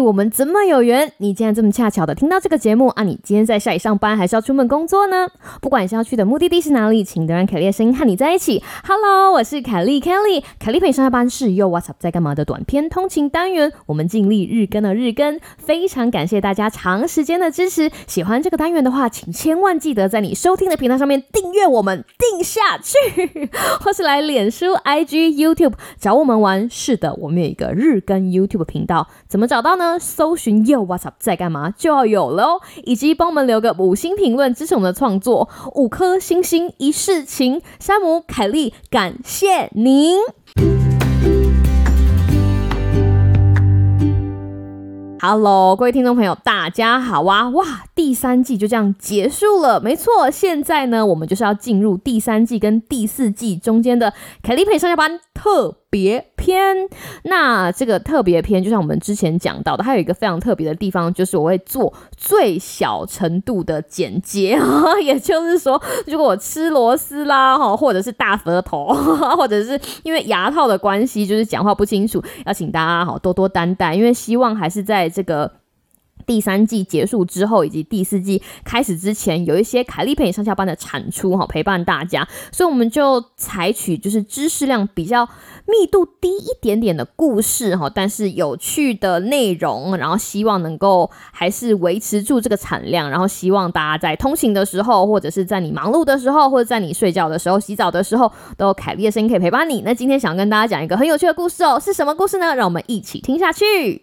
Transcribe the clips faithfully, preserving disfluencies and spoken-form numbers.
我们怎么有缘？你竟然这么恰巧的听到这个节目啊！你今天在下里上班还是要出门工作呢？不管你是要去的目的地是哪里，请都让凯莉的声音和你在一起。Hello， 我是凯莉 Kelly， 凯莉陪你上下班是又 What's up 在干嘛的短篇通勤单元，我们尽力日更的日更，非常感谢大家长时间的支持。喜欢这个单元的话，请千万记得在你收听的频道上面订阅我们，订下去，或是来脸书、I G、YouTube 找我们玩。是的，我们有一个日更 YouTube 频道，怎么找到呢？搜寻 Yo What's up 在干嘛就要有了哦，以及帮我们留个五星评论支持我们的创作，五颗星星一世情。山姆、凯莉，感谢您。Hello， 各位听众朋友，大家好啊！哇，第三季就这样结束了，没错，现在呢，我们就是要进入第三季跟第四季中间的凯莉陪上下班特别篇。那这个特别篇，就像我们之前讲到的，还有一个非常特别的地方，就是我会做最小程度的剪接，也就是说，如果我吃螺丝啦，或者是大舌头，或者是因为牙套的关系，就是讲话不清楚，要请大家多多担待，因为希望还是在这个第三季结束之后以及第四季开始之前，有一些凯莉陪你上下班的产出陪伴大家，所以我们就采取就是知识量比较密度低一点点的故事，但是有趣的内容，然后希望能够还是维持住这个产量，然后希望大家在通勤的时候，或者是在你忙碌的时候，或者在你睡觉的时候、洗澡的时候，都有凯莉的声音可以陪伴你。那今天想跟大家讲一个很有趣的故事哦，是什么故事呢？让我们一起听下去。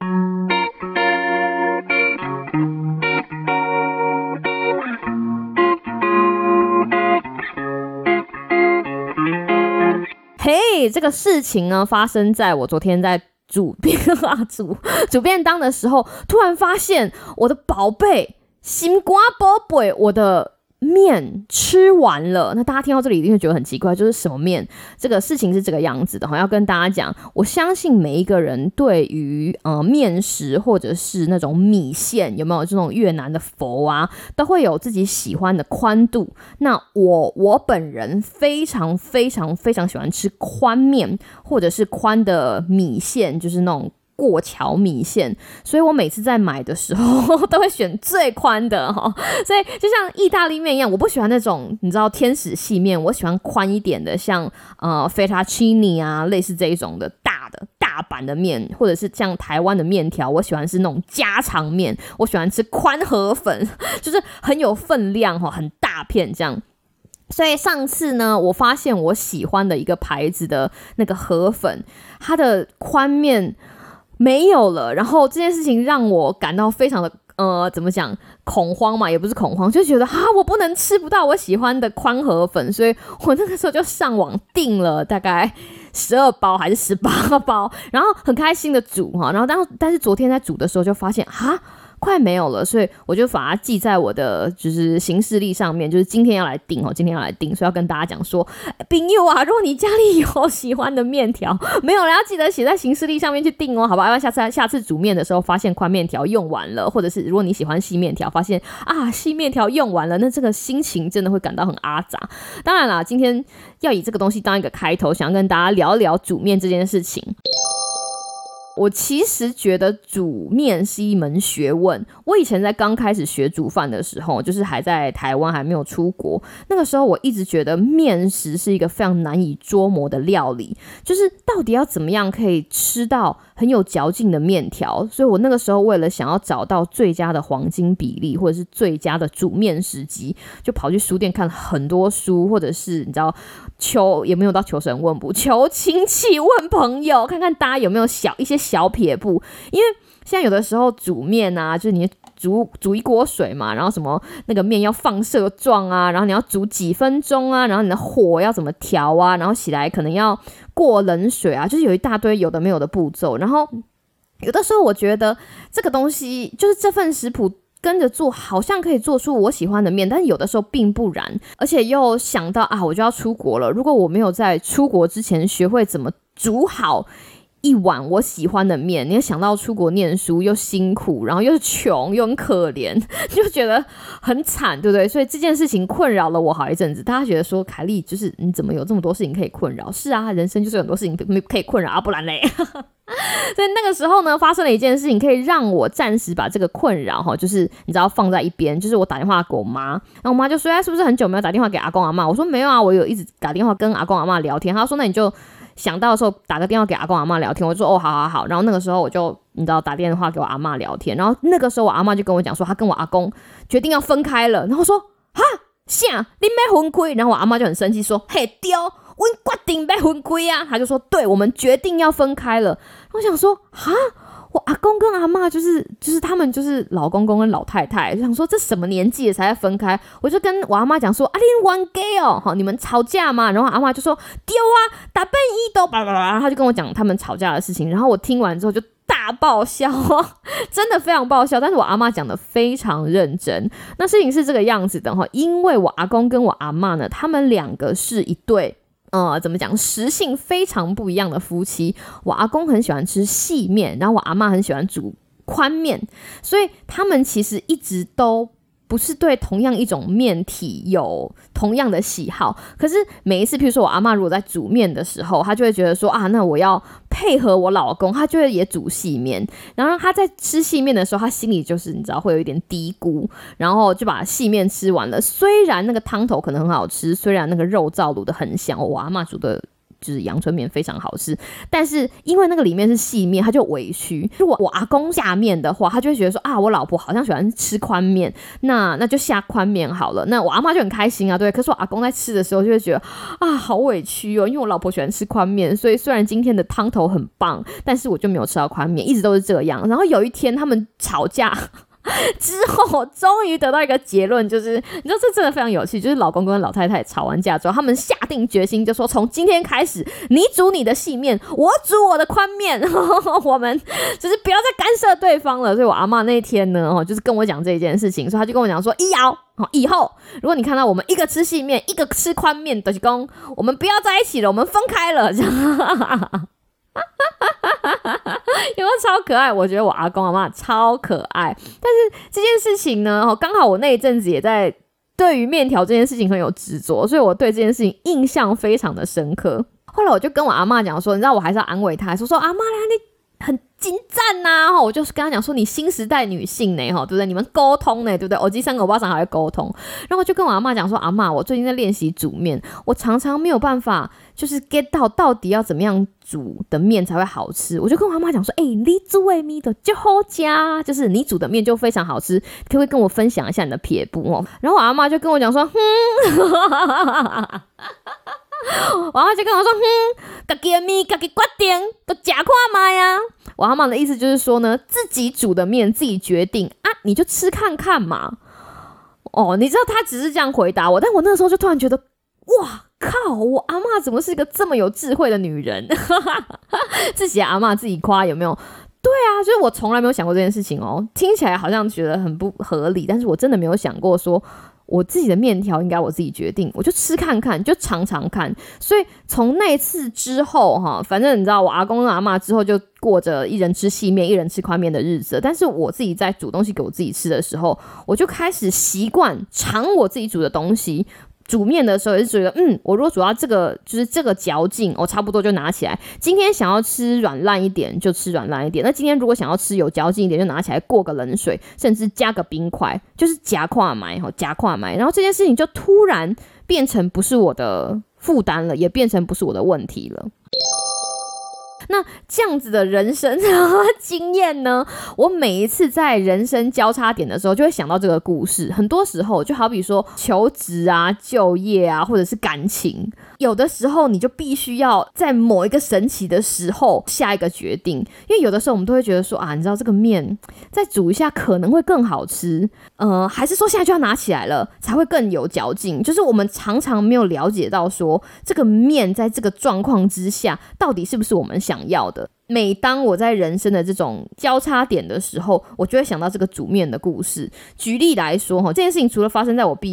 嘿、hey, 这个事情呢，发生在我昨天在煮便啊煮煮便当的时候，突然发现我的宝贝心肝宝贝，我的面吃完了。那大家听到这里一定会觉得很奇怪，就是什么面？这个事情是这个样子的，要跟大家讲。我相信每一个人对于呃面食或者是那种米线，有没有这种越南的佛啊，都会有自己喜欢的宽度。那我我本人非常非常非常喜欢吃宽面，或者是宽的米线，就是那种过桥米线，所以我每次在买的时候都会选最宽的，所以就像意大利面一样，我不喜欢那种你知道天使细面，我喜欢宽一点的，像呃 fettuccine 啊，类似这一种的大的大版的面，或者是像台湾的面条，我喜欢是那种家常面，我喜欢吃宽河粉，就是很有分量，很大片这样。所以上次呢，我发现我喜欢的一个牌子的那个河粉，它的宽面没有了，然后这件事情让我感到非常的呃，怎么讲，恐慌嘛，也不是恐慌，就觉得啊，我不能吃不到我喜欢的宽河粉，所以我那个时候就上网订了大概十二包还是十八包，然后很开心的煮哈，然后但但是昨天在煮的时候就发现啊，快没有了，所以我就把它记在我的就是行事历上面，就是今天要来订哦，今天要来订，所以要跟大家讲说，朋友啊，如果你家里有喜欢的面条，没有人要记得写在行事历上面去订哦，好吧？要不然下次下次煮面的时候发现宽面条用完了，或者是如果你喜欢细面条，发现啊细面条用完了，那这个心情真的会感到很阿杂。当然啦，今天要以这个东西当一个开头，想要跟大家聊一聊煮面这件事情。我其实觉得煮面是一门学问。我以前在刚开始学煮饭的时候，就是还在台湾还没有出国，那个时候我一直觉得面食是一个非常难以捉摸的料理，就是到底要怎么样可以吃到很有嚼劲的面条。所以我那个时候为了想要找到最佳的黄金比例，或者是最佳的煮面时机，就跑去书店看了很多书，或者是你知道求也没有到求神问卜，求亲戚问朋友，看看大家有没有小一些小撇步。因为现在有的时候煮面啊，就是你煮煮一锅水嘛，然后什么那个面要放射状啊，然后你要煮几分钟啊，然后你的火要怎么调啊，然后起来可能要过冷水啊，就是有一大堆有的没有的步骤。然后有的时候我觉得这个东西就是这份食谱跟着做好像可以做出我喜欢的面，但是有的时候并不然。而且又想到啊，我就要出国了，如果我没有在出国之前学会怎么煮好一碗我喜欢的面，你也想到出国念书又辛苦，然后又是穷又很可怜，就觉得很惨，对不对？所以这件事情困扰了我好一阵子。大家觉得说凯莉就是你怎么有这么多事情可以困扰？是啊，人生就是有很多事情可以困扰啊，不然嘞。所以那个时候呢，发生了一件事情，可以让我暂时把这个困扰哈，就是你知道放在一边。就是我打电话给我妈，然后我妈就说：“哎，是不是很久没有打电话给阿公阿嬷？”我说：“没有啊，我有一直打电话跟阿公阿嬷聊天。”她说：“那你就想到的时候打个电话给阿公阿嬷聊天。”我就说：“哦，好好好。”然后那个时候我就你知道打电话给我阿嬷聊天，然后那个时候我阿嬷就跟我讲说，她跟我阿公决定要分开了。然后说：“哈，啥？你要分开？”然后我阿嬷就很生气说：“嘿，对。”我决定要分开啊！他就说：“对，我们决定要分开了。”我想说：“哈，我阿公跟阿嬷就是就是他们就是老公公跟老太太，就想说这什么年纪才要分开？”我就跟我阿嬷讲说：“啊，你冤家哦，好，你们吵架嘛？”然后阿嬷就说：“对啊，大半夜都叭叭叭。”然后他就跟我讲他们吵架的事情，然后我听完之后就大爆笑，真的非常爆笑。但是我阿嬷讲的非常认真。那事情是这个样子的哈，因为我阿公跟我阿嬷呢，他们两个是一对。呃，怎么讲？食性非常不一样的夫妻。我阿公很喜欢吃细面，然后我阿嬷很喜欢煮宽面，所以他们其实一直都不是对同样一种面体有同样的喜好。可是每一次，譬如说我阿嬷如果在煮面的时候，她就会觉得说啊，那我要配合我老公，她就会也煮细面。然后她在吃细面的时候，她心里就是你知道会有一点低估，然后就把细面吃完了。虽然那个汤头可能很好吃，虽然那个肉燥卤得很香，我阿嬷煮的就是阳春面非常好吃，但是因为那个里面是细面，他就委屈。如果我阿公下面的话，他就会觉得说啊，我老婆好像喜欢吃宽面，那那就下宽面好了。那我阿嬷就很开心啊，对。可是我阿公在吃的时候就会觉得啊，好委屈哦，因为我老婆喜欢吃宽面，所以虽然今天的汤头很棒，但是我就没有吃到宽面，一直都是这样。然后有一天他们吵架之后终于得到一个结论，就是你知道这真的非常有趣，就是老公跟老太太吵完架之后，他们下定决心就说从今天开始你煮你的细面，我煮我的宽面，我们就是不要再干涉对方了。所以我阿嬷那天呢就是跟我讲这件事情，所以他就跟我讲说以后以后如果你看到我们一个吃细面一个吃宽面，就是说我们不要在一起了，我们分开了这样。有没有超可爱？我觉得我阿公阿嬷超可爱。但是这件事情呢，刚好我那一阵子也在对于面条这件事情很有执着，所以我对这件事情印象非常的深刻。后来我就跟我阿嬷讲说，你知道我还是要安慰她，说说阿嬷啦，你很精湛呐，我就跟她讲说你新时代女性呢，对不对？你们沟通呢，对不对？我记三个我爸上还会沟通，然后我就跟我阿嬷讲说，阿嬷，我最近在练习煮面，我常常没有办法就是 get 到到底要怎么样煮的面才会好吃。我就跟我阿嬷讲说，哎、欸，你煮的面就好吃，就是你煮的面就非常好吃，可不可以跟我分享一下你的撇步哦？然后我阿嬷就跟我讲说，哼。然后就跟我说，哼，自己的面自己决定，都吃看卖啊。我阿嬷的意思就是说呢，自己煮的面自己决定啊，你就吃看看嘛。哦，你知道他只是这样回答我，但我那个时候就突然觉得，哇靠，我阿嬷怎么是一个这么有智慧的女人？自己的阿嬷自己夸有没有？对啊，就是我从来没有想过这件事情哦，听起来好像觉得很不合理，但是我真的没有想过说我自己的面条应该我自己决定，我就吃看看，就尝尝看。所以从那次之后哈，反正你知道我阿公跟阿嬷之后就过着一人吃细面一人吃宽面的日子，但是我自己在煮东西给我自己吃的时候，我就开始习惯尝我自己煮的东西。煮面的时候也是觉得，嗯，我如果煮到这个就是这个嚼劲，我、哦、差不多就拿起来。今天想要吃软烂一点就吃软烂一点，那今天如果想要吃有嚼劲一点，就拿起来过个冷水，甚至加个冰块，就是夹跨埋哈，夹跨埋。然后这件事情就突然变成不是我的负担了，也变成不是我的问题了。那这样子的人生经验呢，我每一次在人生交叉点的时候就会想到这个故事。很多时候就好比说求职啊、就业啊，或者是感情，有的时候你就必须要在某一个神奇的时候下一个决定。因为有的时候我们都会觉得说啊，你知道这个面再煮一下可能会更好吃，呃，还是说现在就要拿起来了才会更有嚼劲。就是我们常常没有了解到说这个面在这个状况之下到底是不是我们想要的。每当我在人生的这种交叉点的时候，我就会想到这个煮面的故事。举例来说，这件事情除了发生在我毕业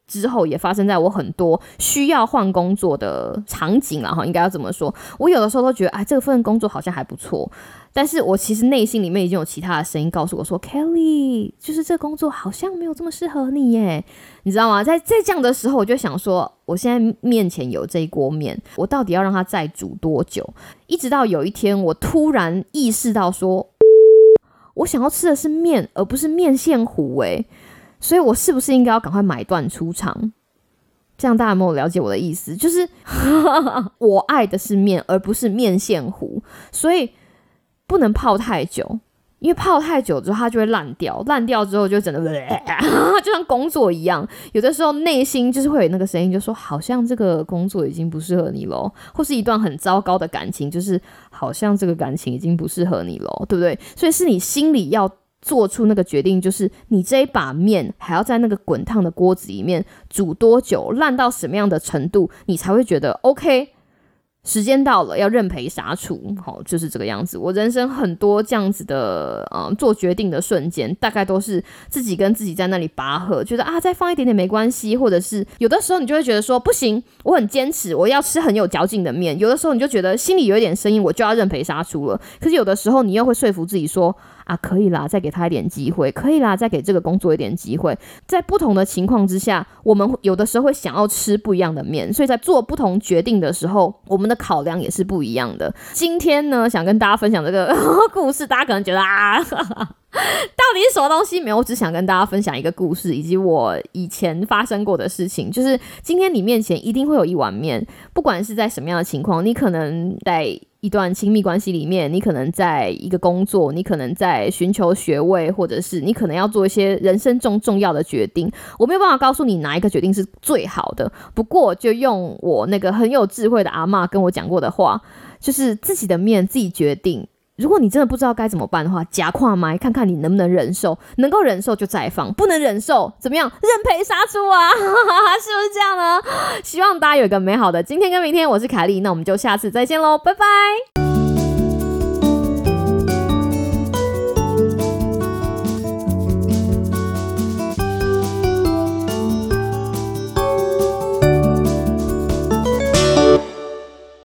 之后也发生在我很多需要换工作的场景啦，应该要怎么说，我有的时候都觉得哎，这份工作好像还不错，但是我其实内心里面已经有其他的声音告诉我说 Kelly 就是这工作好像没有这么适合你耶，你知道吗？在在这样的时候我就想说，我现在面前有这一锅面，我到底要让它再煮多久？一直到有一天我突然意识到说，我想要吃的是面而不是面线糊耶，所以我是不是应该要赶快买断出场？这样大家有没有了解我的意思？就是我爱的是面而不是面线糊，所以不能泡太久，因为泡太久之后它就会烂掉，烂掉之后就整个就像工作一样，有的时候内心就是会有那个声音就说好像这个工作已经不适合你咯，或是一段很糟糕的感情，就是好像这个感情已经不适合你咯，对不对？所以是你心里要做出那个决定，就是你这一把面还要在那个滚烫的锅子里面煮多久，烂到什么样的程度，你才会觉得 OK，时间到了要认赔杀出，好，就是这个样子。我人生很多这样子的、呃、做决定的瞬间，大概都是自己跟自己在那里拔河，觉得啊再放一点点没关系，或者是有的时候你就会觉得说不行，我很坚持，我要吃很有嚼劲的面。有的时候你就觉得心里有一点声音，我就要认赔杀出了。可是有的时候你又会说服自己说啊，可以啦，再给他一点机会，可以啦，再给这个工作一点机会。在不同的情况之下，我们有的时候会想要吃不一样的面，所以在做不同决定的时候，我们的考量也是不一样的。今天呢，想跟大家分享这个故事，大家可能觉得啊，到底是什么东西？没有，我只想跟大家分享一个故事，以及我以前发生过的事情。就是今天你面前一定会有一碗面，不管是在什么样的情况，你可能在一段亲密关系里面，你可能在一个工作，你可能在寻求学位，或者是你可能要做一些人生中重要的决定。我没有办法告诉你哪一个决定是最好的，不过就用我那个很有智慧的阿嬷跟我讲过的话，就是自己的面自己决定。如果你真的不知道该怎么办的话，夹跨麦看看你能不能忍受，能够忍受就再放，不能忍受怎么样？认赔杀出啊，是不是这样呢？希望大家有一个美好的今天跟明天，我是凯莉，那我们就下次再见咯，拜拜。